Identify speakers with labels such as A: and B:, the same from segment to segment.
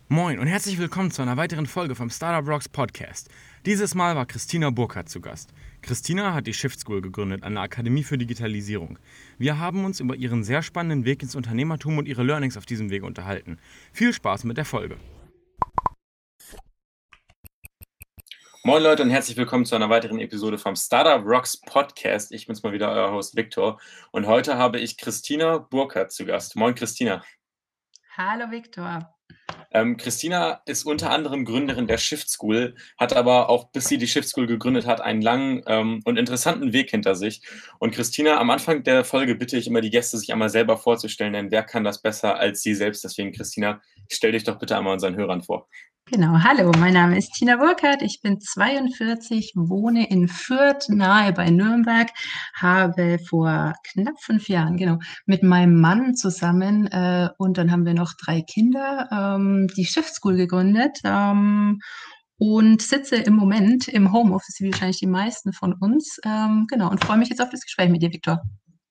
A: Moin und herzlich willkommen zu einer weiteren Folge vom Startup Rocks Podcast. Dieses Mal war Christina Burkhardt zu Gast. Christina hat die Shift School gegründet, eine Akademie für Digitalisierung. Wir haben uns über ihren sehr spannenden Weg ins Unternehmertum und ihre Learnings auf diesem Weg unterhalten. Viel Spaß mit der Folge. Moin Leute und herzlich willkommen zu einer weiteren Episode vom Startup Rocks Podcast. Ich bin's mal wieder, euer Host Viktor. Und heute habe ich Christina Burkhardt zu Gast. Moin Christina.
B: Hallo Viktor.
A: Christina ist unter anderem Gründerin der Shift School, hat aber auch, bis sie die Shift School gegründet hat, einen langen und interessanten Weg hinter sich. Und Christina, am Anfang der Folge bitte ich immer die Gäste, sich einmal selber vorzustellen, denn wer kann das besser als sie selbst? Deswegen, Christina, stell dich doch bitte einmal unseren Hörern vor.
B: Genau, hallo, mein Name ist Tina Burkhardt, ich bin 42, wohne in Fürth, nahe bei Nürnberg, habe vor knapp 5 Jahren, mit meinem Mann zusammen und dann haben wir noch 3 Kinder, die Shift School gegründet und sitze im Moment im Homeoffice, wie wahrscheinlich die meisten von uns, und freue mich jetzt auf das Gespräch mit dir, Viktor.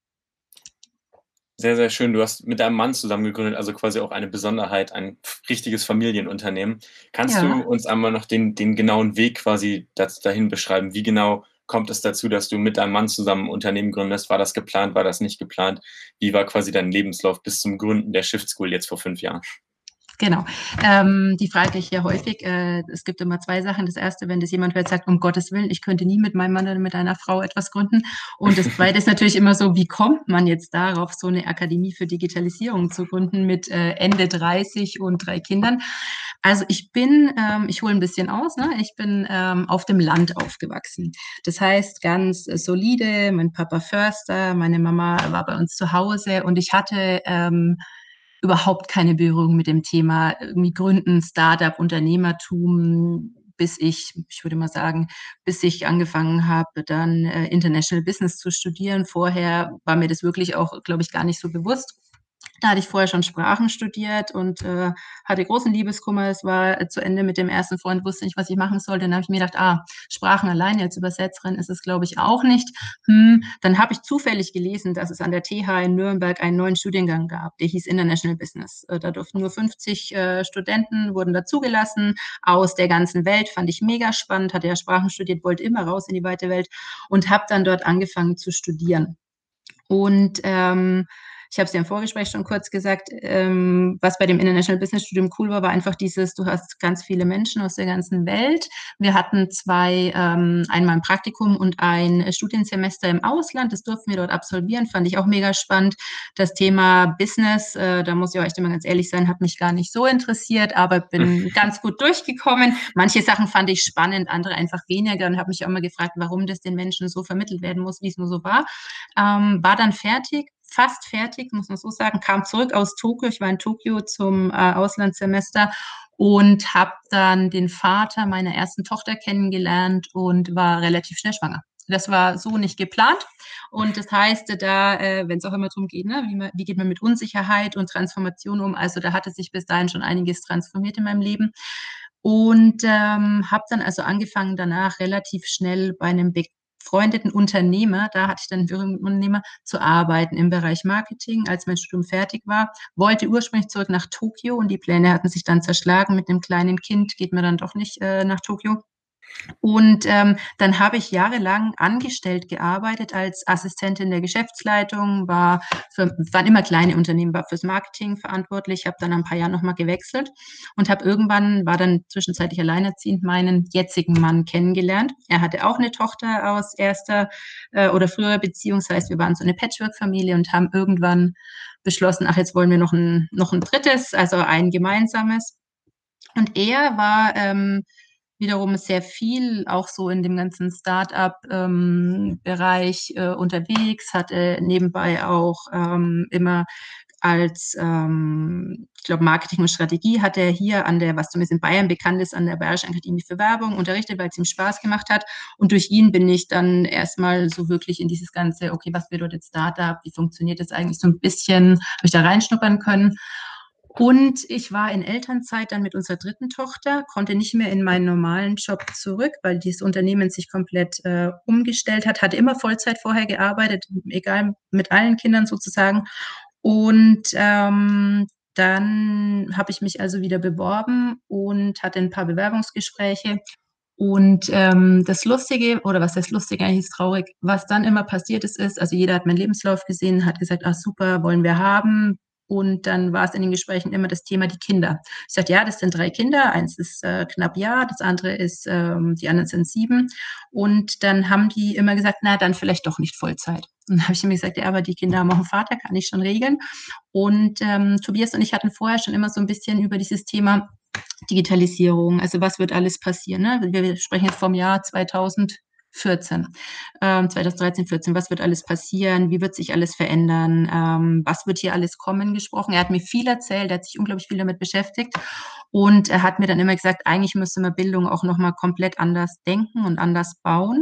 A: Sehr, sehr schön. Du hast mit deinem Mann zusammen gegründet, also quasi auch eine Besonderheit, ein richtiges Familienunternehmen. Kannst du
B: Ja.
A: uns einmal noch den genauen Weg quasi dahin beschreiben? Wie genau kommt es dazu, dass du mit deinem Mann zusammen ein Unternehmen gründest? War das geplant? War das nicht geplant? Wie war quasi dein Lebenslauf bis zum Gründen der Shift School jetzt vor 5 Jahren?
B: Genau. Die frage ich ja häufig. Es gibt immer 2 Sachen. Das erste, wenn das jemand hört, sagt, um Gottes Willen, ich könnte nie mit meinem Mann oder mit einer Frau etwas gründen. Und das zweite ist natürlich immer so, wie kommt man jetzt darauf, so eine Akademie für Digitalisierung zu gründen mit Ende 30 und 3 Kindern? Also ich hole ein bisschen aus, ne? Ich bin auf dem Land aufgewachsen. Das heißt, ganz solide, mein Papa Förster, meine Mama war bei uns zu Hause und ich hatte überhaupt keine Berührung mit dem Thema irgendwie Gründen, Startup, Unternehmertum, ich würde mal sagen, bis ich angefangen habe, dann International Business zu studieren. Vorher war mir das wirklich auch, glaube ich, gar nicht so bewusst. Da hatte ich vorher schon Sprachen studiert und hatte großen Liebeskummer. Es war zu Ende mit dem ersten Freund, wusste nicht, was ich machen sollte. Dann habe ich mir gedacht, Sprachen allein als Übersetzerin ist es, glaube ich, auch nicht. Dann habe ich zufällig gelesen, dass es an der TH in Nürnberg einen neuen Studiengang gab, der hieß International Business. Da durften nur 50 Studenten, wurden da zugelassen aus der ganzen Welt. Fand ich mega spannend, hatte ja Sprachen studiert, wollte immer raus in die weite Welt und habe dann dort angefangen zu studieren. Und ich habe es ja im Vorgespräch schon kurz gesagt, was bei dem International Business Studium cool war, war einfach dieses, du hast ganz viele Menschen aus der ganzen Welt. Wir hatten 2, einmal ein Praktikum und ein Studiensemester im Ausland. Das durften wir dort absolvieren, fand ich auch mega spannend. Das Thema Business, da muss ich auch echt immer ganz ehrlich sein, hat mich gar nicht so interessiert, aber bin ganz gut durchgekommen. Manche Sachen fand ich spannend, andere einfach weniger und habe mich auch immer gefragt, warum das den Menschen so vermittelt werden muss, wie es nur so war. War dann fertig, fast fertig, muss man so sagen, kam zurück aus Tokio. Ich war in Tokio zum Auslandssemester und habe dann den Vater meiner ersten Tochter kennengelernt und war relativ schnell schwanger. Das war so nicht geplant. Und das heißt, wenn es auch immer darum geht, ne, wie geht man mit Unsicherheit und Transformation um, also da hatte sich bis dahin schon einiges transformiert in meinem Leben. Und habe dann also angefangen, danach relativ schnell bei einem befreundeten Unternehmer, da hatte ich dann einen Unternehmer, zu arbeiten im Bereich Marketing, als mein Studium fertig war. Wollte ursprünglich zurück nach Tokio und die Pläne hatten sich dann zerschlagen. Mit einem kleinen Kind geht man dann doch nicht nach Tokio. Und dann habe ich jahrelang angestellt gearbeitet als Assistentin der Geschäftsleitung, waren immer kleine Unternehmen, war fürs Marketing verantwortlich, habe dann ein paar Jahren nochmal gewechselt und war dann zwischenzeitlich alleinerziehend, meinen jetzigen Mann kennengelernt. Er hatte auch eine Tochter aus erster oder früherer Beziehung, das heißt, wir waren so eine Patchwork-Familie und haben irgendwann beschlossen, jetzt wollen wir noch ein drittes, also ein gemeinsames. Und er war wiederum sehr viel auch so in dem ganzen Start-up-Bereich unterwegs, hatte nebenbei auch immer als, ich glaube, Marketing und Strategie hat er hier was zumindest in Bayern bekannt ist, an der Bayerischen Akademie für Werbung unterrichtet, weil es ihm Spaß gemacht hat. Und durch ihn bin ich dann erstmal so wirklich in dieses ganze, okay, was wird dort jetzt Startup, wie funktioniert das eigentlich, so ein bisschen, habe ich da reinschnuppern können. Und ich war in Elternzeit dann mit unserer dritten Tochter, konnte nicht mehr in meinen normalen Job zurück, weil dieses Unternehmen sich komplett umgestellt hat, hatte immer Vollzeit vorher gearbeitet, egal mit allen Kindern sozusagen. Und dann habe ich mich also wieder beworben und hatte ein paar Bewerbungsgespräche. Und das Lustige, oder was heißt lustig, eigentlich ist traurig, was dann immer passiert ist, also jeder hat meinen Lebenslauf gesehen, hat gesagt, ah super, wollen wir haben. Und dann war es in den Gesprächen immer das Thema die Kinder. Ich sagte, ja, das sind 3 Kinder, eins ist knapp Jahr, das andere ist, die anderen sind 7. Und dann haben die immer gesagt, na, dann vielleicht doch nicht Vollzeit. Und dann habe ich immer gesagt, ja, aber die Kinder haben auch einen Vater, kann ich schon regeln. Und Tobias und ich hatten vorher schon immer so ein bisschen über dieses Thema Digitalisierung, also was wird alles passieren? Ne? Wir sprechen jetzt vom Jahr 2014, 2013, 14. Was wird alles passieren? Wie wird sich alles verändern? Was wird hier alles kommen? Gesprochen. Er hat mir viel erzählt, er hat sich unglaublich viel damit beschäftigt und er hat mir dann immer gesagt, eigentlich müsste man Bildung auch nochmal komplett anders denken und anders bauen.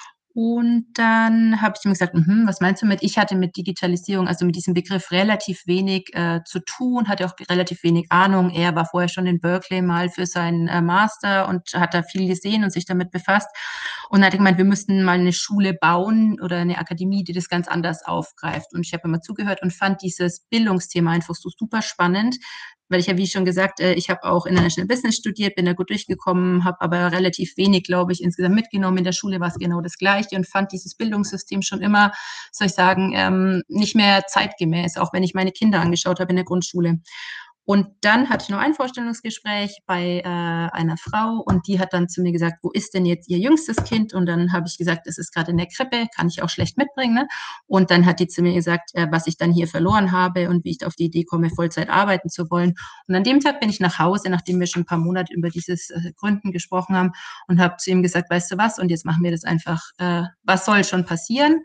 B: Und dann habe ich ihm gesagt, was meinst du mit? Ich hatte mit Digitalisierung, also mit diesem Begriff relativ wenig zu tun, hatte auch relativ wenig Ahnung. Er war vorher schon in Berkeley mal für seinen Master und hat da viel gesehen und sich damit befasst. Und dann hat er gemeint, wir müssten mal eine Schule bauen oder eine Akademie, die das ganz anders aufgreift. Und ich habe immer zugehört und fand dieses Bildungsthema einfach so super spannend, weil ich ja, wie schon gesagt, ich habe auch International Business studiert, bin da gut durchgekommen, habe aber relativ wenig, glaube ich, insgesamt mitgenommen. In der Schule war es genau das Gleiche und fand dieses Bildungssystem schon immer, soll ich sagen, nicht mehr zeitgemäß, auch wenn ich meine Kinder angeschaut habe in der Grundschule. Und dann hatte ich noch ein Vorstellungsgespräch bei einer Frau und die hat dann zu mir gesagt, wo ist denn jetzt ihr jüngstes Kind? Und dann habe ich gesagt, es ist gerade in der Krippe, kann ich auch schlecht mitbringen. Ne? Und dann hat die zu mir gesagt, was ich dann hier verloren habe und wie ich auf die Idee komme, Vollzeit arbeiten zu wollen. Und an dem Tag bin ich nach Hause, nachdem wir schon ein paar Monate über dieses Gründen gesprochen haben und habe zu ihm gesagt, weißt du was, und jetzt machen wir das einfach, was soll schon passieren?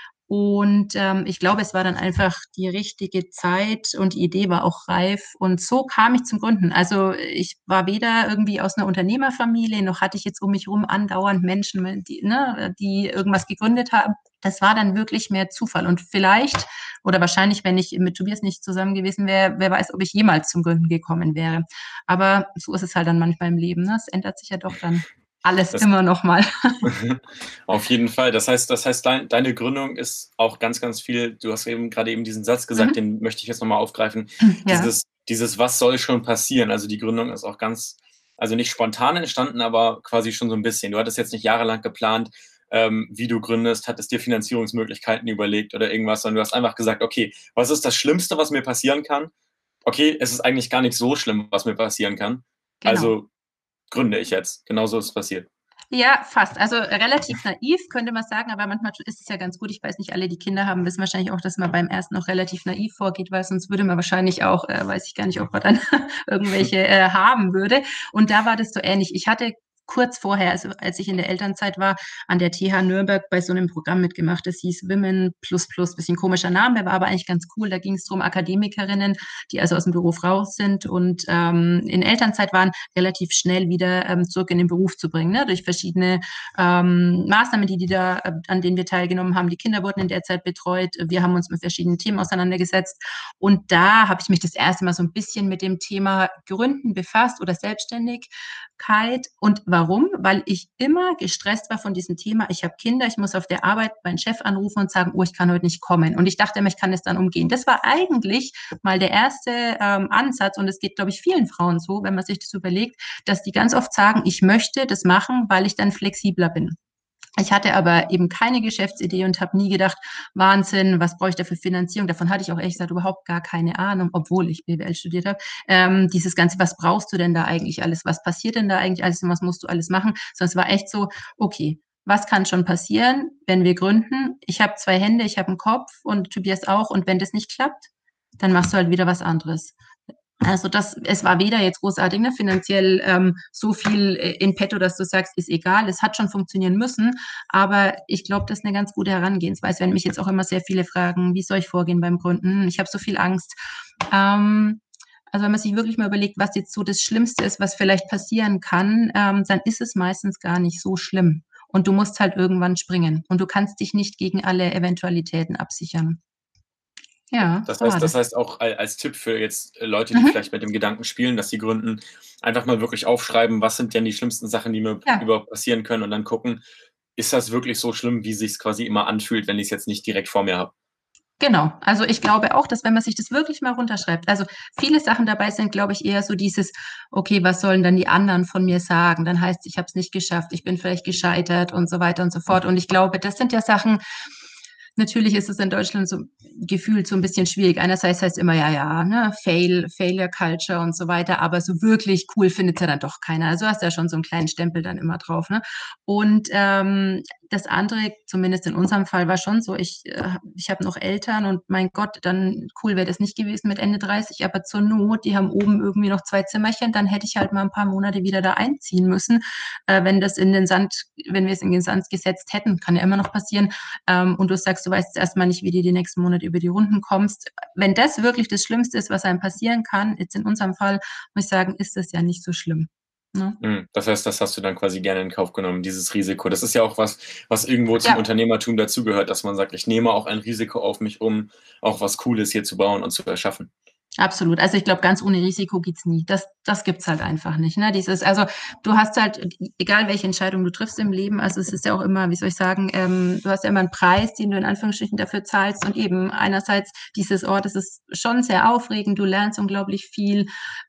B: Und ich glaube, es war dann einfach die richtige Zeit und die Idee war auch reif. Und so kam ich zum Gründen. Also ich war weder irgendwie aus einer Unternehmerfamilie, noch hatte ich jetzt um mich herum andauernd Menschen, die, ne, die irgendwas gegründet haben. Das war dann wirklich mehr Zufall. Und vielleicht oder wahrscheinlich, wenn ich mit Tobias nicht zusammen gewesen wäre, wer weiß, ob ich jemals zum Gründen gekommen wäre. Aber so ist es halt dann manchmal im Leben. Ne? Es ändert sich ja doch dann alles
A: Das
B: immer noch mal.
A: auf jeden Fall. Das heißt, deine Gründung ist auch ganz, ganz viel, du hast eben gerade eben diesen Satz gesagt,
B: Mhm.
A: den möchte ich jetzt nochmal aufgreifen.
B: Ja.
A: Dieses was soll schon passieren? Also die Gründung ist auch ganz, also nicht spontan entstanden, aber quasi schon so ein bisschen. Du hattest jetzt nicht jahrelang geplant, wie du gründest, hattest dir Finanzierungsmöglichkeiten überlegt oder irgendwas, sondern du hast einfach gesagt, okay, was ist das Schlimmste, was mir passieren kann? Okay, es ist eigentlich gar nicht so schlimm, was mir passieren kann.
B: Genau.
A: Also gründe ich jetzt. Genauso ist es passiert.
B: Ja, fast. Also relativ naiv, könnte man sagen, aber manchmal ist es ja ganz gut. Ich weiß nicht, alle, die Kinder haben, wissen wahrscheinlich auch, dass man beim ersten noch relativ naiv vorgeht, weil sonst würde man wahrscheinlich auch, weiß ich gar nicht, ob man dann irgendwelche haben würde. Und da war das so ähnlich. Ich hatte kurz vorher, also als ich in der Elternzeit war, an der TH Nürnberg bei so einem Programm mitgemacht. Das hieß Women Plus Plus, bisschen komischer Name, der war aber eigentlich ganz cool. Da ging es darum, Akademikerinnen, die also aus dem Beruf raus sind und in Elternzeit waren, relativ schnell wieder zurück in den Beruf zu bringen, ne? Durch verschiedene Maßnahmen, die da, an denen wir teilgenommen haben. Die Kinder wurden in der Zeit betreut. Wir haben uns mit verschiedenen Themen auseinandergesetzt. Und da habe ich mich das erste Mal so ein bisschen mit dem Thema Gründen befasst oder Selbstständigkeit. Und warum? Weil ich immer gestresst war von diesem Thema. Ich habe Kinder, ich muss auf der Arbeit meinen Chef anrufen und sagen, oh, ich kann heute nicht kommen. Und ich dachte immer, ich kann es dann umgehen. Das war eigentlich mal der erste Ansatz. Und es geht, glaube ich, vielen Frauen so, wenn man sich das überlegt, dass die ganz oft sagen, ich möchte das machen, weil ich dann flexibler bin. Ich hatte aber eben keine Geschäftsidee und habe nie gedacht, Wahnsinn, was brauche ich da für Finanzierung? Davon hatte ich auch ehrlich gesagt überhaupt gar keine Ahnung, obwohl ich BWL studiert habe. Dieses Ganze, was brauchst du denn da eigentlich alles? Was passiert denn da eigentlich alles und was musst du alles machen? Sondern es war echt so, okay, was kann schon passieren, wenn wir gründen? Ich habe 2 Hände, ich habe einen Kopf und Tobias auch. Und wenn das nicht klappt, dann machst du halt wieder was anderes. Also es war weder jetzt großartig, ne, finanziell so viel in petto, dass du sagst, ist egal, es hat schon funktionieren müssen, aber ich glaube, das ist eine ganz gute Herangehensweise, wenn mich jetzt auch immer sehr viele fragen, wie soll ich vorgehen beim Gründen? Ich habe so viel Angst. Also wenn man sich wirklich mal überlegt, was jetzt so das Schlimmste ist, was vielleicht passieren kann, dann ist es meistens gar nicht so schlimm. Und du musst halt irgendwann springen. Und du kannst dich nicht gegen alle Eventualitäten absichern. Ja,
A: Das
B: so war
A: heißt, das
B: das.
A: heißt auch als Tipp für jetzt Leute, die
B: Mhm.
A: vielleicht mit dem Gedanken spielen, dass sie gründen, einfach mal wirklich aufschreiben, was sind denn die schlimmsten Sachen, die mir
B: Ja.
A: überhaupt passieren können und dann gucken, ist das wirklich so schlimm, wie sich es quasi immer anfühlt, wenn ich es jetzt nicht direkt vor mir habe.
B: Genau. Also ich glaube auch, dass wenn man sich das wirklich mal runterschreibt, also viele Sachen dabei sind, glaube ich, eher so dieses, okay, was sollen dann die anderen von mir sagen? Dann heißt, ich habe es nicht geschafft, ich bin vielleicht gescheitert und so weiter und so fort. Und ich glaube, das sind ja Sachen, natürlich ist es in Deutschland so gefühlt so ein bisschen schwierig. Einerseits heißt immer, ja, ja, ne, Failure Culture und so weiter, aber so wirklich cool findet es ja dann doch keiner. Also hast ja schon so einen kleinen Stempel dann immer drauf. Ne? Und das andere, zumindest in unserem Fall, war schon so, ich habe noch Eltern und mein Gott, dann cool wäre das nicht gewesen mit Ende 30, aber zur Not, die haben oben irgendwie noch 2 Zimmerchen, dann hätte ich halt mal ein paar Monate wieder da einziehen müssen. Wenn wir es in den Sand gesetzt hätten, kann ja immer noch passieren, und du sagst, du weißt erstmal nicht, wie du die nächsten Monate über die Runden kommst. Wenn das wirklich das Schlimmste ist, was einem passieren kann, jetzt in unserem Fall, muss ich sagen, ist das ja nicht so schlimm. Ne?
A: Das heißt, das hast du dann quasi gerne in Kauf genommen, dieses Risiko. Das ist ja auch was irgendwo zum
B: Ja,
A: Unternehmertum dazugehört, dass man sagt, ich nehme auch ein Risiko auf mich, um auch was Cooles hier zu bauen und zu erschaffen.
B: absolut. Also ich glaube, ganz ohne Risiko geht's nie. Das gibt's halt einfach nicht. Ne? Also du hast halt, egal welche Entscheidung du triffst im Leben, also es ist ja auch immer, wie soll ich sagen, du hast ja immer einen Preis, den du in Anführungsstrichen dafür zahlst und eben einerseits das ist schon sehr aufregend, du lernst unglaublich viel,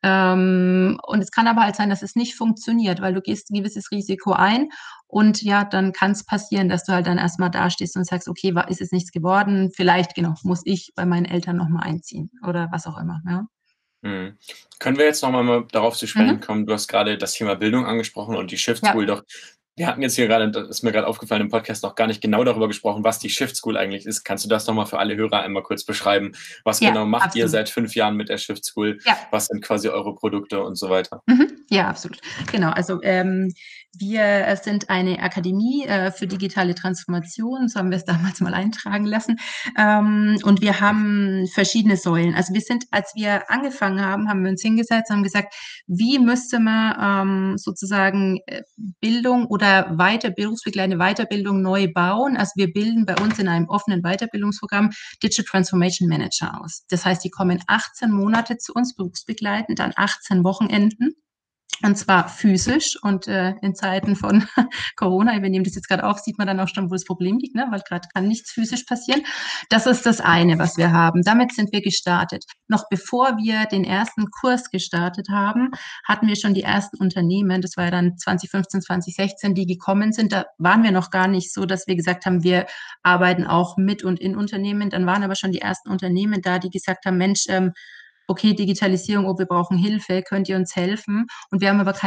B: und es kann aber halt sein, dass es nicht funktioniert, weil du gehst ein gewisses Risiko ein und ja, dann kann es passieren, dass du halt dann erstmal dastehst und sagst, okay, ist es nichts geworden? Vielleicht, genau, muss ich bei meinen Eltern nochmal einziehen oder was auch immer. Ja.
A: Mhm. Können wir jetzt noch mal darauf zu sprechen
B: Mhm.
A: kommen? Du hast gerade das Thema Bildung angesprochen und die Shift School,
B: Ja.
A: doch wir hatten jetzt hier gerade, das ist mir gerade aufgefallen, im Podcast noch gar nicht genau darüber gesprochen, was die Shift School eigentlich ist. Kannst du das noch mal für alle Hörer einmal kurz beschreiben? Was
B: Ja,
A: genau macht ihr
B: absolut.
A: seit 5 Jahren mit der Shift School?
B: Ja.
A: Was sind quasi eure Produkte und so weiter?
B: Ja, absolut. Genau, also wir sind eine Akademie für digitale Transformation, so haben wir es damals mal eintragen lassen. Und wir haben verschiedene Säulen. Also als wir angefangen haben, haben wir uns hingesetzt und haben gesagt, wie müsste man sozusagen Bildung oder berufsbegleitende Weiterbildung neu bauen. Also wir bilden bei uns in einem offenen Weiterbildungsprogramm Digital Transformation Manager aus. Das heißt, die kommen 18 Monate zu uns berufsbegleitend an 18 Wochenenden. Und zwar physisch und in Zeiten von Corona, wir nehmen das jetzt gerade auf, sieht man dann auch schon, wo das Problem liegt, ne? Weil gerade kann nichts physisch passieren. Das ist das eine, was wir haben. Damit sind wir gestartet. Noch bevor wir den ersten Kurs gestartet haben, hatten wir schon die ersten Unternehmen, das war ja dann 2015, 2016, die gekommen sind. Da waren wir noch gar nicht so, dass wir gesagt haben, wir arbeiten auch mit und in Unternehmen. Dann waren aber schon die ersten Unternehmen da, die gesagt haben, Mensch, okay, Digitalisierung, oh, wir brauchen Hilfe, könnt ihr uns helfen? Und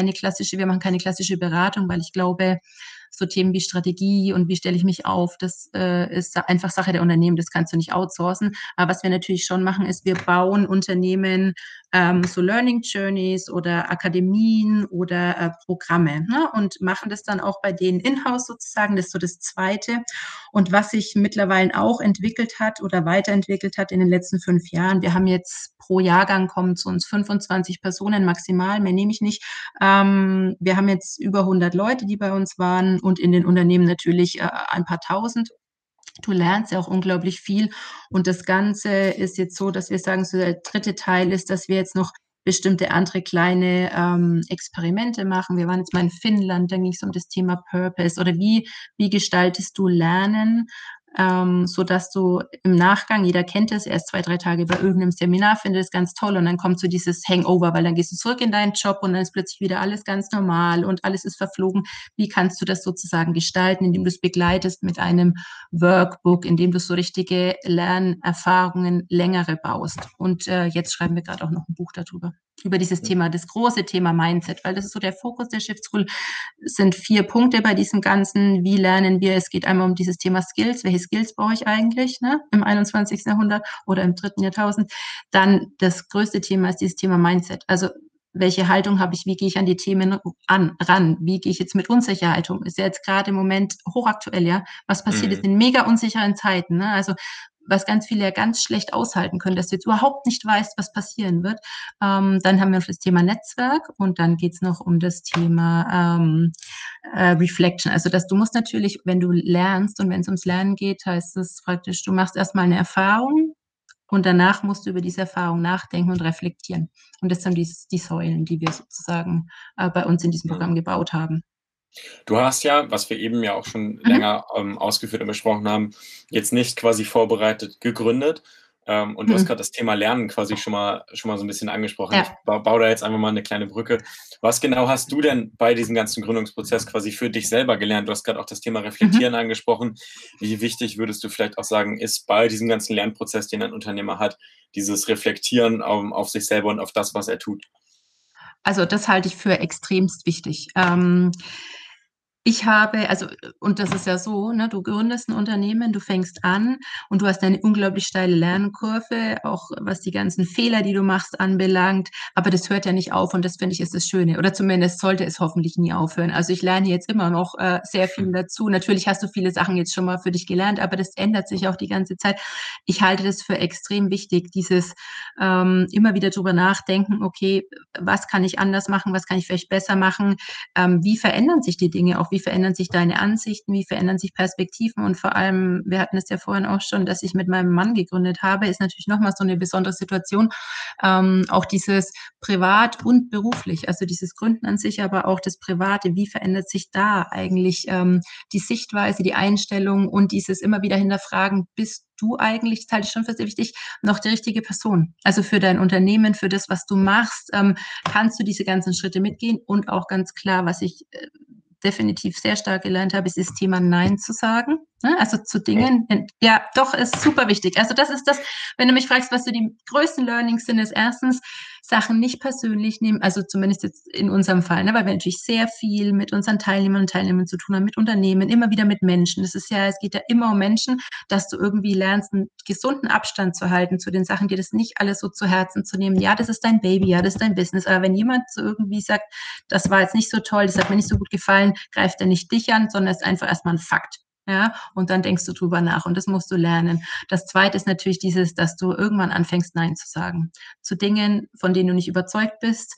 B: wir machen keine klassische Beratung, weil ich glaube, so Themen wie Strategie und wie stelle ich mich auf, das ist einfach Sache der Unternehmen, das kannst du nicht outsourcen. Aber was wir natürlich schon machen, ist, wir bauen Unternehmen so Learning Journeys oder Akademien oder Programme, ne? Und machen das dann auch bei denen in-house sozusagen. Das ist so das Zweite. Und was sich mittlerweile auch entwickelt hat oder weiterentwickelt hat in den letzten 5 Jahren, wir haben jetzt pro Jahrgang kommen zu uns 25 Personen maximal, mehr nehme ich nicht. Wir haben jetzt über 100 Leute, die bei uns waren und in den Unternehmen natürlich ein paar tausend. Du lernst ja auch unglaublich viel. Und das Ganze ist jetzt so, dass wir sagen, so der dritte Teil ist, dass wir jetzt noch bestimmte andere kleine Experimente machen. Wir waren jetzt mal in Finnland, da ging es um das Thema Purpose oder wie gestaltest du Lernen, so dass du im Nachgang, jeder kennt es, erst 2, 3 Tage bei irgendeinem Seminar, findet es ganz toll und dann kommt so dieses Hangover, weil dann gehst du zurück in deinen Job und dann ist plötzlich wieder alles ganz normal und alles ist verflogen. Wie kannst du das sozusagen gestalten, indem du es begleitest mit einem Workbook, in dem du so richtige Lernerfahrungen, längere baust. Und jetzt schreiben wir gerade auch noch ein Buch darüber, über dieses Thema, das große Thema Mindset, weil das ist so der Fokus der Shift School. Es sind 4 Punkte bei diesem Ganzen. Wie lernen wir? Es geht einmal um dieses Thema Skills. Welche Skills brauche ich eigentlich, ne, im 21. Jahrhundert oder im 3. Jahrtausend? Dann das größte Thema ist dieses Thema Mindset. Also welche Haltung habe ich, wie gehe ich an die Themen ran, wie gehe ich jetzt mit Unsicherheit um, ist ja jetzt gerade im Moment hochaktuell, ja, was passiert ist
A: Mhm.
B: in mega unsicheren Zeiten, ne? Also was ganz viele ja ganz schlecht aushalten können, dass du jetzt überhaupt nicht weißt, was passieren wird. Dann haben wir noch das Thema Netzwerk und dann geht es noch um das Thema Reflection. Also dass du musst natürlich, wenn du lernst und wenn es ums Lernen geht, heißt es praktisch, du machst erstmal eine Erfahrung, und danach musst du über diese Erfahrung nachdenken und reflektieren. Und das sind die Säulen, die wir sozusagen bei uns in diesem
A: Mhm.
B: Programm gebaut haben.
A: Du hast ja, was wir eben ja auch schon
B: Mhm.
A: länger ausgeführt und besprochen haben, jetzt nicht quasi vorbereitet gegründet. Und du hast
B: Mhm.
A: gerade das Thema Lernen quasi schon mal so ein bisschen angesprochen. Ich
B: Ja.
A: baue da jetzt einfach mal eine kleine Brücke. Was genau hast du denn bei diesem ganzen Gründungsprozess quasi für dich selber gelernt? Du hast gerade auch das Thema Reflektieren
B: Mhm.
A: angesprochen. Wie wichtig würdest du vielleicht auch sagen, ist bei diesem ganzen Lernprozess, den ein Unternehmer hat, dieses Reflektieren auf sich selber und auf das, was er tut?
B: Also, das halte ich für extremst wichtig. Ich habe also, und das ist ja so, ne, du gründest ein Unternehmen, du fängst an und du hast eine unglaublich steile Lernkurve, auch was die ganzen Fehler, die du machst, anbelangt. Aber das hört ja nicht auf und das finde ich, ist das Schöne. Oder zumindest sollte es hoffentlich nie aufhören. Also, ich lerne jetzt immer noch, sehr viel dazu. Natürlich hast du viele Sachen jetzt schon mal für dich gelernt, aber das ändert sich auch die ganze Zeit. Ich halte das für extrem wichtig, dieses, immer wieder drüber nachdenken: „Okay, was kann ich anders machen? Was kann ich vielleicht besser machen?“ Wie verändern sich die Dinge auch? Wie verändern sich deine Ansichten? Wie verändern sich Perspektiven? Und vor allem, wir hatten es ja vorhin auch schon, dass ich mit meinem Mann gegründet habe, ist natürlich nochmal so eine besondere Situation. Auch dieses privat und beruflich, also dieses Gründen an sich, aber auch das Private. Wie verändert sich da eigentlich die Sichtweise, die Einstellung und dieses immer wieder hinterfragen, bist du eigentlich, das halte ich schon für sehr wichtig, noch die richtige Person? Also für dein Unternehmen, für das, was du machst, kannst du diese ganzen Schritte mitgehen und auch ganz klar, was ich definitiv sehr stark gelernt habe, ist das Thema Nein zu sagen. Ne? Also zu Dingen, ja, doch, ist super wichtig. Also das ist das, wenn du mich fragst, was so die größten Learnings sind, ist erstens, Sachen nicht persönlich nehmen, also zumindest jetzt in unserem Fall, ne, weil wir natürlich sehr viel mit unseren Teilnehmern und Teilnehmern zu tun haben, mit Unternehmen, immer wieder mit Menschen. Das ist ja, es geht ja immer um Menschen, dass du irgendwie lernst, einen gesunden Abstand zu halten zu den Sachen, dir das nicht alles so zu Herzen zu nehmen. Ja, das ist dein Baby, ja, das ist dein Business. Aber wenn jemand so irgendwie sagt, das war jetzt nicht so toll, das hat mir nicht so gut gefallen, greift er nicht dich an, sondern ist einfach erstmal ein Fakt. Ja, und dann denkst du drüber nach und das musst du lernen. Das zweite ist natürlich dieses, dass du irgendwann anfängst, Nein zu sagen. Zu Dingen, von denen du nicht überzeugt bist,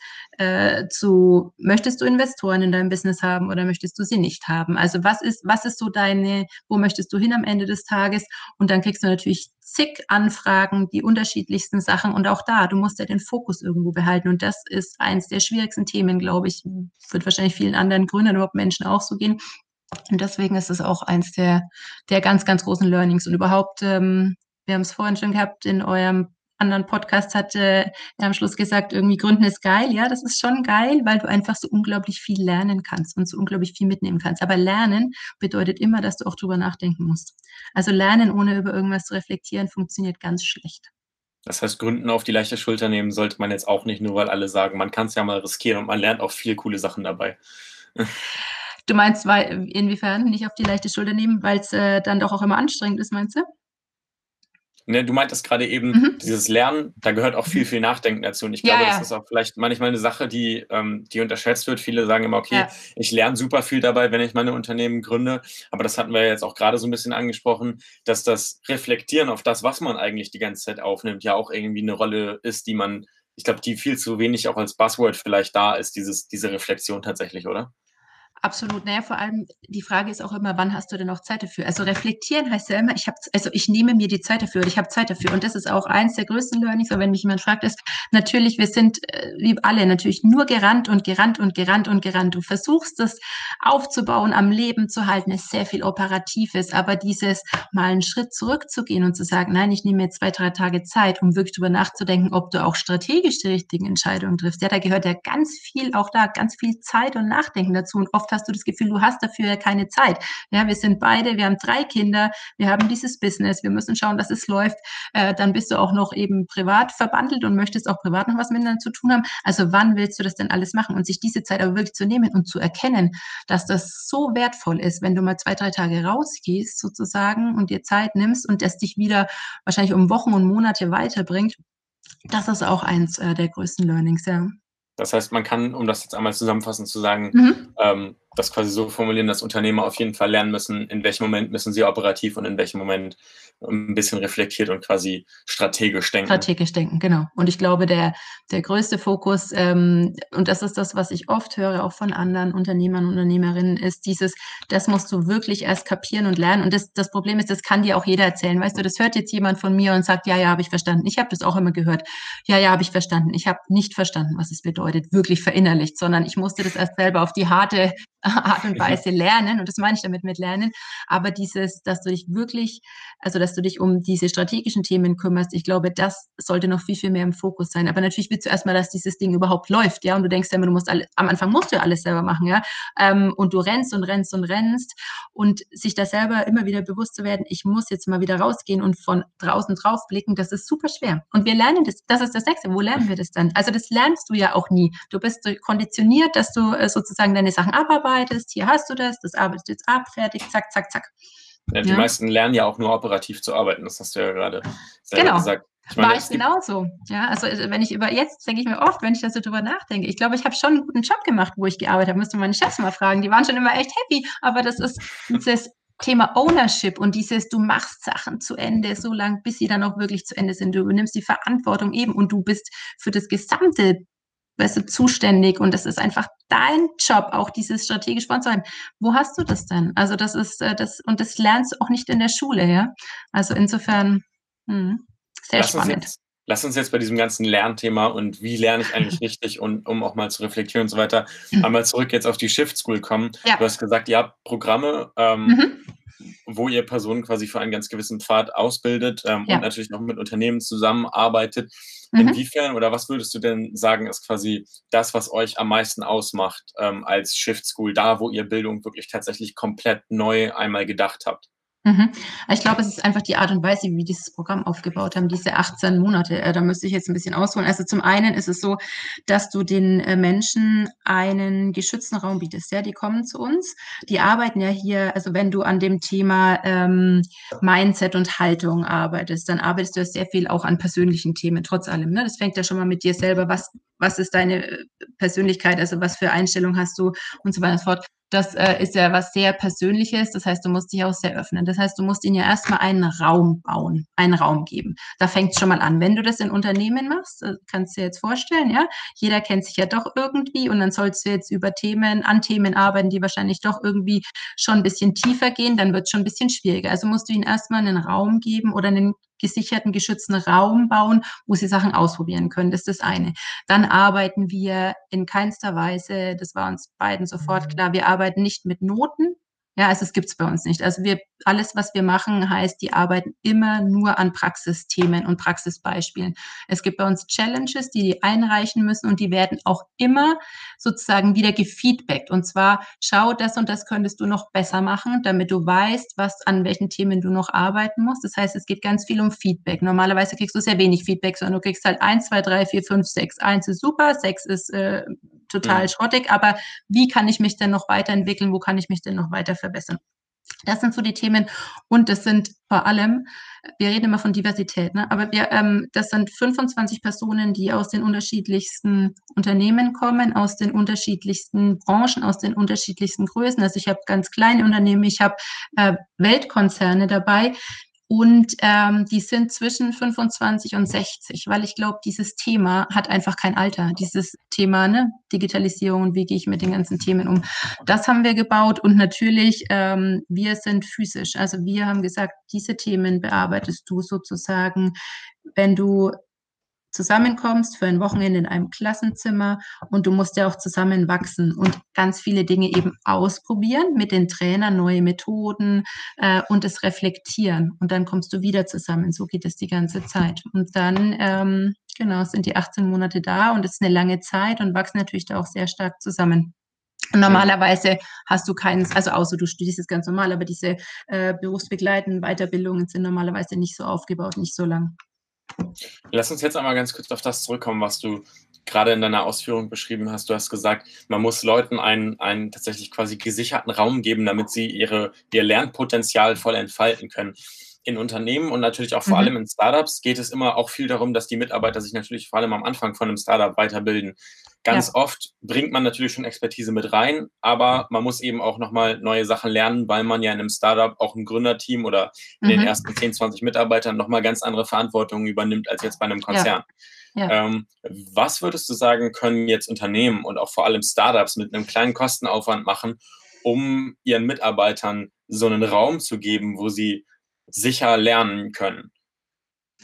B: möchtest du Investoren in deinem Business haben oder möchtest du sie nicht haben? Also was ist so wo möchtest du hin am Ende des Tages? Und dann kriegst du natürlich zig Anfragen, die unterschiedlichsten Sachen. Und auch da, du musst ja den Fokus irgendwo behalten. Und das ist eins der schwierigsten Themen, glaube ich. Wird wahrscheinlich vielen anderen Gründern, überhaupt Menschen auch so gehen. Und deswegen ist es auch eins der ganz, ganz großen Learnings. Und überhaupt, wir haben es vorhin schon gehabt, in eurem anderen Podcast hat er am Schluss gesagt, irgendwie Gründen ist geil. Ja, das ist schon geil, weil du einfach so unglaublich viel lernen kannst und so unglaublich viel mitnehmen kannst. Aber Lernen bedeutet immer, dass du auch drüber nachdenken musst. Also Lernen, ohne über irgendwas zu reflektieren, funktioniert ganz schlecht.
A: Das heißt, Gründen auf die leichte Schulter nehmen sollte man jetzt auch nicht, nur weil alle sagen, man kann es ja mal riskieren und man lernt auch viel coole Sachen dabei.
B: Du meinst, weil, inwiefern nicht auf die leichte Schulter nehmen, weil es dann doch auch immer anstrengend ist, meinst du?
A: Ne, du meintest gerade eben,
B: Mhm.
A: dieses Lernen, da gehört auch viel,
B: Mhm.
A: viel Nachdenken dazu. Und ich
B: Ja,
A: glaube, das ist
B: ja,
A: auch vielleicht manchmal eine Sache, die unterschätzt wird. Viele sagen immer: „Okay,
B: ja.
A: ich lerne super viel dabei, wenn ich meine Unternehmen gründe.“ Aber das hatten wir ja jetzt auch gerade so ein bisschen angesprochen, dass das Reflektieren auf das, was man eigentlich die ganze Zeit aufnimmt, ja auch irgendwie eine Rolle ist, ich glaube, die viel zu wenig auch als Buzzword vielleicht da ist, diese Reflexion tatsächlich, oder?
B: Absolut. Na ja, vor allem die Frage ist auch immer, wann hast du denn noch Zeit dafür? Also reflektieren heißt ja immer, ich nehme mir die Zeit dafür oder ich habe Zeit dafür. Und das ist auch eins der größten Learnings, aber wenn mich jemand fragt, ist natürlich, wir sind wie alle natürlich nur gerannt und gerannt und gerannt und gerannt. Du versuchst es aufzubauen, am Leben zu halten, ist sehr viel Operatives, aber dieses mal einen Schritt zurückzugehen und zu sagen, nein, ich nehme mir 2, 3 Tage Zeit, um wirklich drüber nachzudenken, ob du auch strategisch die richtigen Entscheidungen triffst. Ja, da gehört ja ganz viel, auch da ganz viel Zeit und Nachdenken dazu. Und oft hast du das Gefühl, du hast dafür ja keine Zeit. Ja, wir sind beide, wir haben 3 Kinder, wir haben dieses Business, wir müssen schauen, dass es läuft. Dann bist du auch noch eben privat verbandelt und möchtest auch privat noch was miteinander zu tun haben. Also wann willst du das denn alles machen? Und sich diese Zeit aber wirklich zu nehmen und zu erkennen, dass das so wertvoll ist, wenn du mal 2, 3 Tage rausgehst sozusagen und dir Zeit nimmst und das dich wieder wahrscheinlich um Wochen und Monate weiterbringt. Das ist auch eins der größten Learnings, ja.
A: Das heißt, man kann, um das jetzt einmal zusammenfassend zu sagen,
B: Mhm.
A: das quasi so formulieren, dass Unternehmer auf jeden Fall lernen müssen, in welchem Moment müssen sie operativ und in welchem Moment ein bisschen reflektiert und quasi strategisch denken.
B: Strategisch denken, genau. Und ich glaube, der größte Fokus, und das ist das, was ich oft höre, auch von anderen Unternehmern und Unternehmerinnen, ist dieses, das musst du wirklich erst kapieren und lernen. Und das Problem ist, das kann dir auch jeder erzählen. Weißt du, das hört jetzt jemand von mir und sagt, ja, ja, habe ich verstanden. Ich habe das auch immer gehört. Ja, ja, habe ich verstanden. Ich habe nicht verstanden, was es bedeutet, wirklich verinnerlicht, sondern ich musste das erst selber auf die harte Art und Weise lernen, und das meine ich damit mit Lernen, aber dieses, dass du dich wirklich, also dass du dich um diese strategischen Themen kümmerst, ich glaube, das sollte noch viel, viel mehr im Fokus sein. Aber natürlich willst du erstmal, dass dieses Ding überhaupt läuft, ja, und du denkst ja immer, du musst am Anfang musst du ja alles selber machen, ja, und du rennst und rennst und rennst, und sich da selber immer wieder bewusst zu werden, ich muss jetzt mal wieder rausgehen und von draußen drauf blicken, das ist super schwer. Und wir lernen das ist das Nächste, wo lernen wir das dann? Also das lernst du ja auch nie. Du bist konditioniert, dass du sozusagen deine Sachen abarbeitest, hier hast du das arbeitest du jetzt ab, fertig, zack, zack, zack.
A: Ja, die meisten lernen ja auch nur operativ zu arbeiten, das hast du ja gerade selber gesagt.
B: Ich meine, war ich genauso. Ja, also wenn ich jetzt denke ich mir oft, wenn ich da so drüber nachdenke, ich glaube, ich habe schon einen guten Job gemacht, wo ich gearbeitet habe. Müsste meine Chefs mal fragen. Die waren schon immer echt happy. Aber das ist dieses Thema Ownership und dieses, du machst Sachen zu Ende, so lange, bis sie dann auch wirklich zu Ende sind. Du übernimmst die Verantwortung eben und du bist für das gesamte, weißt du, zuständig, und das ist einfach dein Job, auch dieses strategisch voranzutreiben. Wo hast du das denn? Also das ist und das lernst du auch nicht in der Schule, ja. Also insofern sehr spannend.
A: Lass uns jetzt bei diesem ganzen Lernthema und wie lerne ich eigentlich richtig, und um auch mal zu reflektieren und so weiter, einmal zurück jetzt auf die Shift School kommen. Ja. Du hast gesagt, ihr habt Programme, wo ihr Personen quasi für einen ganz gewissen Pfad ausbildet, und natürlich auch mit Unternehmen zusammenarbeitet. Inwiefern oder was würdest du denn sagen, ist quasi das, was euch am meisten ausmacht als Shift School, da wo ihr Bildung wirklich tatsächlich komplett neu einmal gedacht habt?
B: Ich glaube, es ist einfach die Art und Weise, wie wir dieses Programm aufgebaut haben, diese 18 Monate. Da müsste ich jetzt ein bisschen ausholen. Also zum einen ist es so, dass du den Menschen einen geschützten Raum bietest. Ja, die kommen zu uns, die arbeiten ja hier, also wenn du an dem Thema Mindset und Haltung arbeitest, dann arbeitest du ja sehr viel auch an persönlichen Themen, trotz allem. Ne? Das fängt ja schon mal mit dir selber, was ist deine Persönlichkeit, also was für Einstellung hast du und so weiter und so fort. Das ist ja was sehr Persönliches, das heißt, du musst dich auch sehr öffnen. Das heißt, du musst ihnen ja erstmal einen Raum bauen, einen Raum geben. Da fängt es schon mal an. Wenn du das in Unternehmen machst, kannst du dir jetzt vorstellen, ja, jeder kennt sich ja doch irgendwie, und dann sollst du jetzt über Themen arbeiten, die wahrscheinlich doch irgendwie schon ein bisschen tiefer gehen, dann wird es schon ein bisschen schwieriger. Also musst du ihnen erstmal einen Raum geben oder einen gesicherten, geschützten Raum bauen, wo sie Sachen ausprobieren können. Das ist das eine. Dann arbeiten wir in keinster Weise, das war uns beiden sofort klar, wir arbeiten nicht mit Noten. Ja, also es gibt es bei uns nicht. Also alles, was wir machen, heißt, die arbeiten immer nur an Praxisthemen und Praxisbeispielen. Es gibt bei uns Challenges, die einreichen müssen, und die werden auch immer sozusagen wieder gefeedbackt. Und zwar, schau, das und das könntest du noch besser machen, damit du weißt, an welchen Themen du noch arbeiten musst. Das heißt, es geht ganz viel um Feedback. Normalerweise kriegst du sehr wenig Feedback, sondern du kriegst halt 1, 2, 3, 4, 5, 6. 1 ist super, 6 ist total schrottig, aber wie kann ich mich denn noch weiterentwickeln? Wo kann ich mich denn noch weiter verbessern? Das sind so die Themen, und das sind vor allem, wir reden immer von Diversität, ne? Aber das sind 25 Personen, die aus den unterschiedlichsten Unternehmen kommen, aus den unterschiedlichsten Branchen, aus den unterschiedlichsten Größen. Also ich habe ganz kleine Unternehmen, ich habe Weltkonzerne dabei. Und die sind zwischen 25 und 60, weil ich glaube, dieses Thema hat einfach kein Alter. Dieses Thema, ne, Digitalisierung und wie gehe ich mit den ganzen Themen um. Das haben wir gebaut, und natürlich, wir sind physisch. Also wir haben gesagt, diese Themen bearbeitest du sozusagen, wenn du zusammenkommst für ein Wochenende in einem Klassenzimmer, und du musst ja auch zusammen wachsen und ganz viele Dinge eben ausprobieren mit den Trainern, neue Methoden und es reflektieren, und dann kommst du wieder zusammen. So geht es die ganze Zeit, und dann genau sind die 18 Monate da, und es ist eine lange Zeit, und wachsen natürlich da auch sehr stark zusammen. Normalerweise hast du keinen, also außer du studierst es ganz normal, aber diese berufsbegleitenden Weiterbildungen sind normalerweise nicht so aufgebaut, nicht so lang.
A: Lass uns jetzt einmal ganz kurz auf das zurückkommen, was du gerade in deiner Ausführung beschrieben hast. Du hast gesagt, man muss Leuten einen tatsächlich quasi gesicherten Raum geben, damit sie ihr Lernpotenzial voll entfalten können. In Unternehmen und natürlich auch vor allem in Startups geht es immer auch viel darum, dass die Mitarbeiter sich natürlich vor allem am Anfang von einem Startup weiterbilden. Ganz oft bringt man natürlich schon Expertise mit rein, aber man muss eben auch nochmal neue Sachen lernen, weil man ja in einem Startup auch ein Gründerteam oder in den ersten 10, 20 Mitarbeitern nochmal ganz andere Verantwortungen übernimmt als jetzt bei einem Konzern. Was würdest du sagen, können jetzt Unternehmen und auch vor allem Startups mit einem kleinen Kostenaufwand machen, um ihren Mitarbeitern so einen Raum zu geben, wo sie sicher lernen können?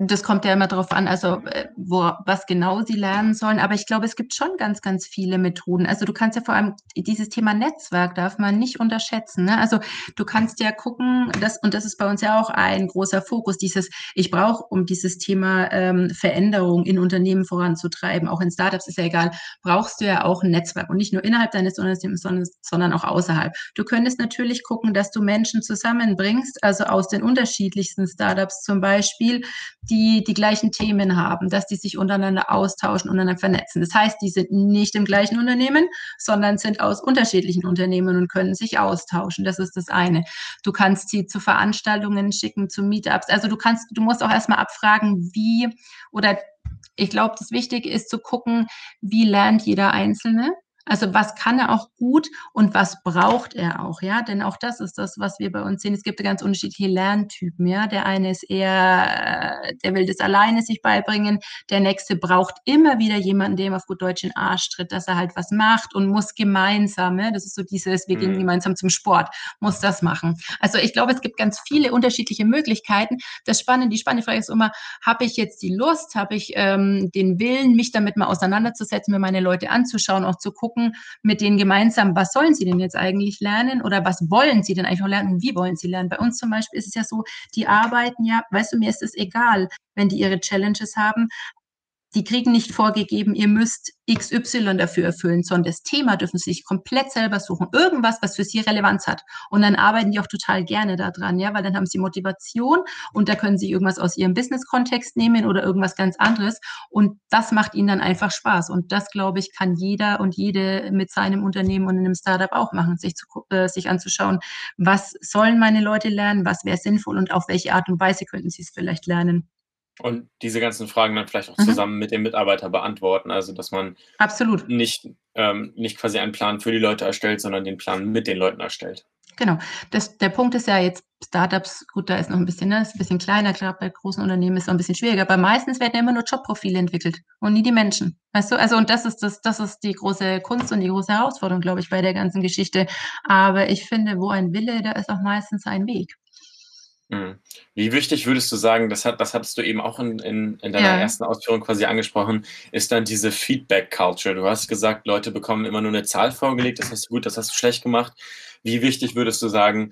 B: Das kommt ja immer darauf an, also was genau sie lernen sollen. Aber ich glaube, es gibt schon ganz, ganz viele Methoden. Also du kannst ja vor allem dieses Thema Netzwerk darf man nicht unterschätzen. Ne? Also du kannst ja gucken, und das ist bei uns ja auch ein großer Fokus, ich brauche, um dieses Thema Veränderung in Unternehmen voranzutreiben, auch in Startups ist ja egal, brauchst du ja auch ein Netzwerk und nicht nur innerhalb deines Unternehmens, sondern auch außerhalb. Du könntest natürlich gucken, dass du Menschen zusammenbringst, also aus den unterschiedlichsten Startups zum Beispiel, die die gleichen Themen haben, dass die sich untereinander austauschen, untereinander vernetzen. Das heißt, die sind nicht im gleichen Unternehmen, sondern sind aus unterschiedlichen Unternehmen und können sich austauschen. Das ist das eine. Du kannst sie zu Veranstaltungen schicken, zu Meetups. Also du musst auch erstmal abfragen, oder ich glaube, das Wichtige ist zu gucken, wie lernt jeder Einzelne. Also was kann er auch gut und was braucht er auch, ja? Denn auch das ist das, was wir bei uns sehen. Es gibt ja ganz unterschiedliche Lerntypen, ja? Der eine ist eher, der will das alleine sich beibringen. Der nächste braucht immer wieder jemanden, der ihm auf gut Deutsch in den Arsch tritt, dass er halt was macht und muss gemeinsam, ja? Das ist so wir gehen
A: Mhm.
B: gemeinsam zum Sport, muss das machen. Also ich glaube, es gibt ganz viele unterschiedliche Möglichkeiten. Die spannende Frage ist immer, habe ich jetzt die Lust, habe ich den Willen, mich damit mal auseinanderzusetzen, mir meine Leute anzuschauen, auch zu gucken, mit denen gemeinsam, was sollen sie denn jetzt eigentlich lernen oder was wollen sie denn eigentlich noch lernen und wie wollen sie lernen. Bei uns zum Beispiel ist es ja so, die arbeiten ja, weißt du, mir ist es egal, wenn die ihre Challenges haben, die kriegen nicht vorgegeben, ihr müsst XY dafür erfüllen, sondern das Thema dürfen sie sich komplett selber suchen. Irgendwas, was für sie Relevanz hat. Und dann arbeiten die auch total gerne daran, ja, weil dann haben sie Motivation und da können sie irgendwas aus ihrem Business-Kontext nehmen oder irgendwas ganz anderes. Und das macht ihnen dann einfach Spaß. Und das, glaube ich, kann jeder und jede mit seinem Unternehmen und in einem Startup auch machen, sich anzuschauen, was sollen meine Leute lernen, was wäre sinnvoll und auf welche Art und Weise könnten sie es vielleicht lernen.
A: Und diese ganzen Fragen dann vielleicht auch
B: Mhm.
A: zusammen mit dem Mitarbeiter beantworten. Also, dass man
B: Absolut.
A: nicht quasi einen Plan für die Leute erstellt, sondern den Plan mit den Leuten erstellt.
B: Genau. Der Punkt ist ja jetzt, Startups, gut, da ist noch ein bisschen, ne, ist ein bisschen kleiner, klar, bei großen Unternehmen ist es noch ein bisschen schwieriger, aber meistens werden ja immer nur Jobprofile entwickelt und nie die Menschen. Weißt du? Also, und das ist die große Kunst und die große Herausforderung, glaube ich, bei der ganzen Geschichte. Aber ich finde, wo ein Wille, da ist auch meistens ein Weg.
A: Mhm. Wie wichtig würdest du sagen, das hattest du eben auch in deiner
B: Ja.
A: ersten Ausführung quasi angesprochen, ist dann diese Feedback-Culture? Du hast gesagt, Leute bekommen immer nur eine Zahl vorgelegt, das hast du gut, das hast du schlecht gemacht. Wie wichtig würdest du sagen,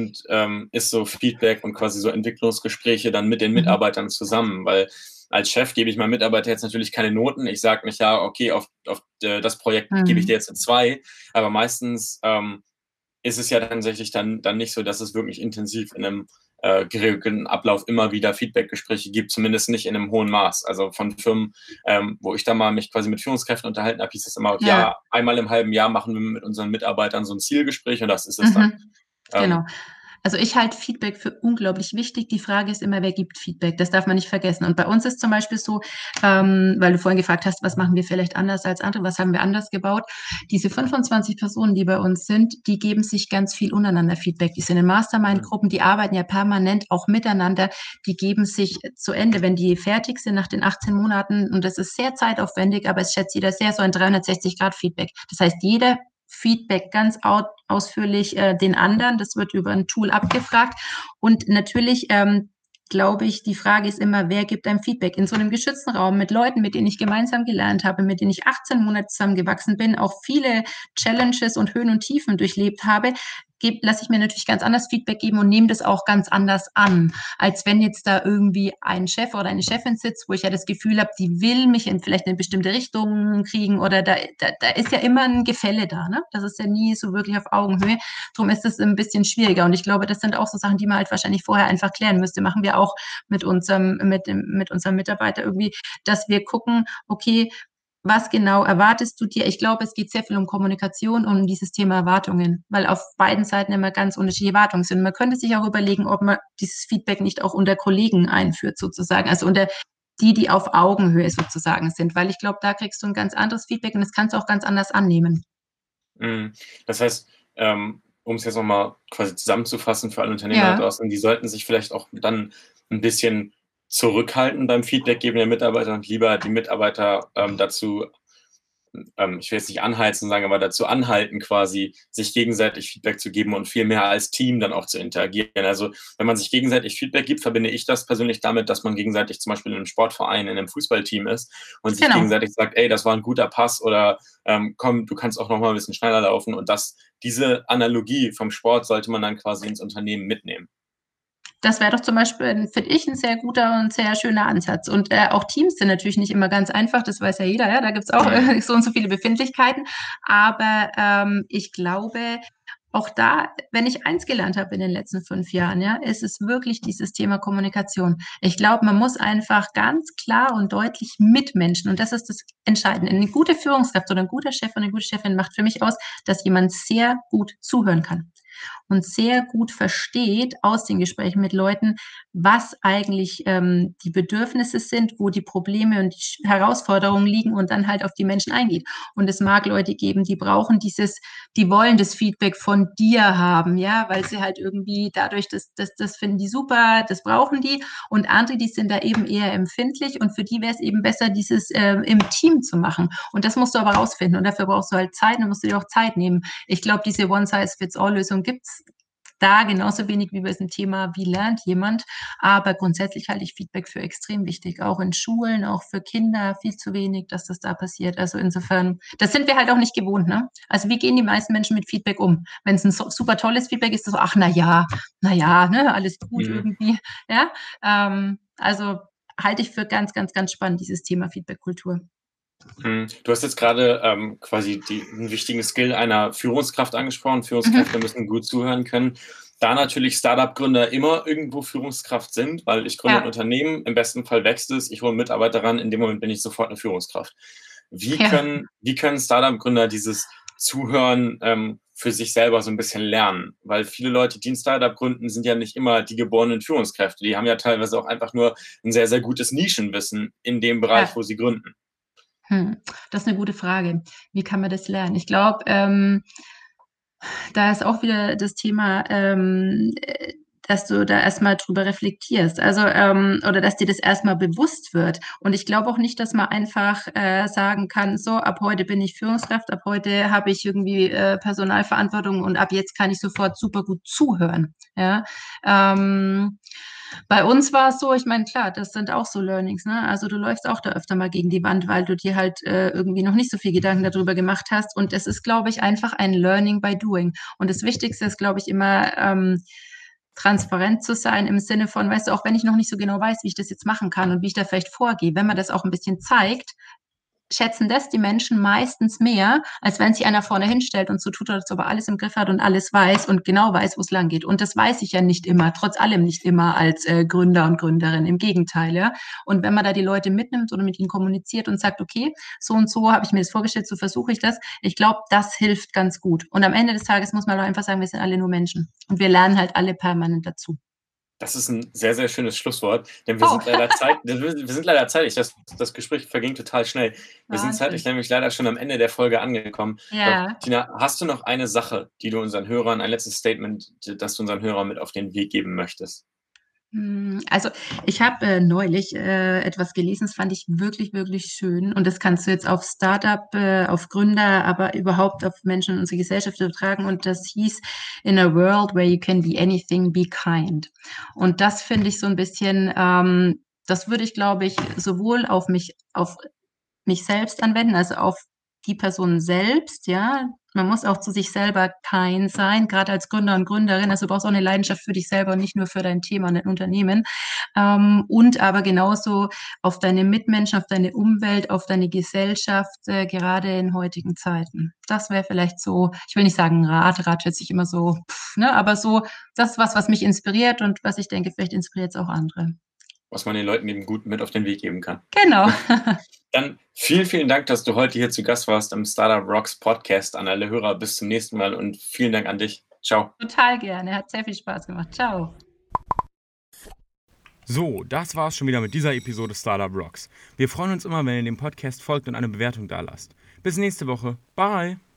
A: ist so Feedback und quasi so Entwicklungsgespräche dann mit den
B: Mhm.
A: Mitarbeitern zusammen? Weil als Chef gebe ich meinem Mitarbeiter jetzt natürlich keine Noten. Ich sage nicht, ja, okay, auf das Projekt gebe ich dir
B: Mhm.
A: jetzt eine 2, aber meistens ist es ja tatsächlich dann nicht so, dass es wirklich intensiv in einem geregelten Ablauf immer wieder Feedbackgespräche gibt, zumindest nicht in einem hohen Maß. Also von Firmen, wo ich da mal mich quasi mit Führungskräften unterhalten habe, hieß es immer,
B: Ja.
A: ja, einmal im halben Jahr machen wir mit unseren Mitarbeitern so ein Zielgespräch und das ist es dann.
B: Mhm. Genau.
A: Ähm,
B: Also ich halte Feedback für unglaublich wichtig. Die Frage ist immer, wer gibt Feedback? Das darf man nicht vergessen. Und bei uns ist zum Beispiel so, weil du vorhin gefragt hast, was machen wir vielleicht anders als andere, was haben wir anders gebaut? Diese 25 Personen, die bei uns sind, die geben sich ganz viel untereinander Feedback. Die sind in Mastermind-Gruppen, die arbeiten ja permanent auch miteinander. Die geben sich zu Ende, wenn die fertig sind nach den 18 Monaten, und das ist sehr zeitaufwendig, aber es schätzt jeder sehr, so ein 360-Grad-Feedback. Das heißt, jeder Feedback ganz ausführlich den anderen. Das wird über ein Tool abgefragt. Und natürlich glaube ich, die Frage ist immer, wer gibt einem Feedback? In so einem geschützten Raum mit Leuten, mit denen ich gemeinsam gelernt habe, mit denen ich 18 Monate zusammengewachsen bin, auch viele Challenges und Höhen und Tiefen durchlebt habe, lasse ich mir natürlich ganz anders Feedback geben und nehme das auch ganz anders an, als wenn jetzt da irgendwie ein Chef oder eine Chefin sitzt, wo ich ja das Gefühl habe, die will mich in vielleicht eine bestimmte Richtung kriegen oder da ist ja immer ein Gefälle da. Ne? Das ist ja nie so wirklich auf Augenhöhe. Darum ist es ein bisschen schwieriger. Und ich glaube, das sind auch so Sachen, die man halt wahrscheinlich vorher einfach klären müsste. Machen wir auch mit unserem Mitarbeiter irgendwie, dass wir gucken, okay, was genau erwartest du dir? Ich glaube, es geht sehr viel um Kommunikation, um dieses Thema Erwartungen, weil auf beiden Seiten immer ganz unterschiedliche Erwartungen sind. Man könnte sich auch überlegen, ob man dieses Feedback nicht auch unter Kollegen einführt, sozusagen, also unter die auf Augenhöhe sozusagen sind, weil ich glaube, da kriegst du ein ganz anderes Feedback und das kannst du auch ganz anders annehmen.
A: Mhm. Das heißt, um es jetzt nochmal quasi zusammenzufassen für alle Unternehmer da
B: Ja.
A: draußen, die sollten sich vielleicht auch dann ein bisschen zurückhalten beim Feedback geben der Mitarbeiter und lieber die Mitarbeiter dazu ich will jetzt nicht anheizen sagen, aber dazu anhalten, quasi sich gegenseitig Feedback zu geben und viel mehr als Team dann auch zu interagieren. Also wenn man sich gegenseitig Feedback gibt, verbinde ich das persönlich damit, dass man gegenseitig zum Beispiel in einem Sportverein, in einem Fußballteam ist und sich
B: Genau.
A: gegenseitig sagt, ey, das war ein guter Pass oder komm, du kannst auch noch mal ein bisschen schneller laufen, und diese Analogie vom Sport sollte man dann quasi ins Unternehmen mitnehmen.
B: Das wäre doch zum Beispiel, finde ich, ein sehr guter und sehr schöner Ansatz. Und auch Teams sind natürlich nicht immer ganz einfach, das weiß ja jeder, ja, da gibt es auch so und so viele Befindlichkeiten. Aber ich glaube, auch da, wenn ich eins gelernt habe in den letzten 5 Jahren, ja, ist es wirklich dieses Thema Kommunikation. Ich glaube, man muss einfach ganz klar und deutlich mitmenschen. Und das ist das Entscheidende. Eine gute Führungskraft oder ein guter Chef und eine gute Chefin macht für mich aus, dass jemand sehr gut zuhören kann und sehr gut versteht aus den Gesprächen mit Leuten, was eigentlich die Bedürfnisse sind, wo die Probleme und die Herausforderungen liegen und dann halt auf die Menschen eingeht. Und es mag Leute geben, die brauchen die wollen das Feedback von dir haben, ja, weil sie halt irgendwie dadurch, das finden die super, das brauchen die. Und andere, die sind da eben eher empfindlich und für die wäre es eben besser, dieses im Team zu machen. Und das musst du aber rausfinden und dafür brauchst du halt Zeit und musst du dir auch Zeit nehmen. Ich glaube, diese One-Size-Fits-All-Lösung gibt es da genauso wenig wie bei diesem Thema, wie lernt jemand. Aber grundsätzlich halte ich Feedback für extrem wichtig. Auch in Schulen, auch für Kinder viel zu wenig, dass das da passiert. Also insofern, das sind wir halt auch nicht gewohnt. Ne? Also wie gehen die meisten Menschen mit Feedback um? Wenn es ein super tolles Feedback ist, so, ach na ja, ne, alles gut irgendwie. Ja, also halte ich für ganz, ganz, ganz spannend, dieses Thema Feedback-Kultur.
A: Du hast jetzt gerade quasi einen wichtigen Skill einer Führungskraft angesprochen. Führungskräfte müssen gut zuhören können. Da natürlich Startup-Gründer immer irgendwo Führungskraft sind, weil ich gründe ein Unternehmen, im besten Fall wächst es, ich hole Mitarbeiter ran, in dem Moment bin ich sofort eine Führungskraft. Wie können Startup-Gründer dieses Zuhören für sich selber so ein bisschen lernen? Weil viele Leute, die ein Startup gründen, sind ja nicht immer die geborenen Führungskräfte. Die haben ja teilweise auch einfach nur ein sehr, sehr gutes Nischenwissen in dem Bereich, wo sie gründen.
B: Das ist eine gute Frage. Wie kann man das lernen? Ich glaube, da ist auch wieder das Thema, dass du da erstmal drüber reflektierst. Also, oder dass dir das erstmal bewusst wird. Und ich glaube auch nicht, dass man einfach sagen kann, so, ab heute bin ich Führungskraft, ab heute habe ich irgendwie Personalverantwortung und ab jetzt kann ich sofort super gut zuhören. Ja. Bei uns war es so, ich meine, klar, das sind auch so Learnings, ne? Also du läufst auch da öfter mal gegen die Wand, weil du dir halt irgendwie noch nicht so viel Gedanken darüber gemacht hast. Und es ist, glaube ich, einfach ein Learning by doing. Und das Wichtigste ist, glaube ich, immer transparent zu sein im Sinne von, weißt du, auch wenn ich noch nicht so genau weiß, wie ich das jetzt machen kann und wie ich da vielleicht vorgehe, wenn man das auch ein bisschen zeigt, schätzen das die Menschen meistens mehr, als wenn sich einer vorne hinstellt und so tut, als ob er alles im Griff hat und alles weiß und genau weiß, wo es lang geht. Und das weiß ich ja nicht immer, trotz allem nicht immer als Gründer und Gründerin. Im Gegenteil, ja. Und wenn man da die Leute mitnimmt oder mit ihnen kommuniziert und sagt, okay, so und so habe ich mir das vorgestellt, so versuche ich das. Ich glaube, das hilft ganz gut. Und am Ende des Tages muss man doch einfach sagen, wir sind alle nur Menschen. Und wir lernen halt alle permanent dazu.
A: Das ist ein sehr, sehr schönes Schlusswort, denn wir sind leider zeitlich. Das Gespräch verging total schnell. Wir sind zeitlich nämlich leider schon am Ende der Folge angekommen.
B: Ja.
A: Tina, hast du noch eine Sache, die du unseren Hörern, ein letztes Statement, das du unseren Hörern mit auf den Weg geben möchtest?
B: Also ich habe neulich etwas gelesen, das fand ich wirklich, wirklich schön. Und das kannst du jetzt auf Startup, auf Gründer, aber überhaupt auf Menschen in unserer Gesellschaft übertragen. Und das hieß, in a world where you can be anything, be kind. Und das finde ich so ein bisschen, das würde ich, glaube ich, sowohl auf mich selbst anwenden, also auf die Person selbst, ja. Man muss auch zu sich selber kind sein, gerade als Gründer und Gründerin. Also du brauchst auch eine Leidenschaft für dich selber und nicht nur für dein Thema und dein Unternehmen. Und aber genauso auf deine Mitmenschen, auf deine Umwelt, auf deine Gesellschaft, gerade in heutigen Zeiten. Das wäre vielleicht so, ich will nicht sagen Rat hört sich immer so, ne, aber so das, was mich inspiriert und was ich denke, vielleicht inspiriert es auch andere.
A: Was man den Leuten eben gut mit auf den Weg geben kann.
B: Genau.
A: Dann vielen, vielen Dank, dass du heute hier zu Gast warst im Startup Rocks Podcast. An alle Hörer, bis zum nächsten Mal und vielen Dank an dich. Ciao.
B: Total gerne, hat sehr viel Spaß gemacht. Ciao.
C: So, das war's schon wieder mit dieser Episode Startup Rocks. Wir freuen uns immer, wenn ihr dem Podcast folgt und eine Bewertung dalasst. Bis nächste Woche. Bye!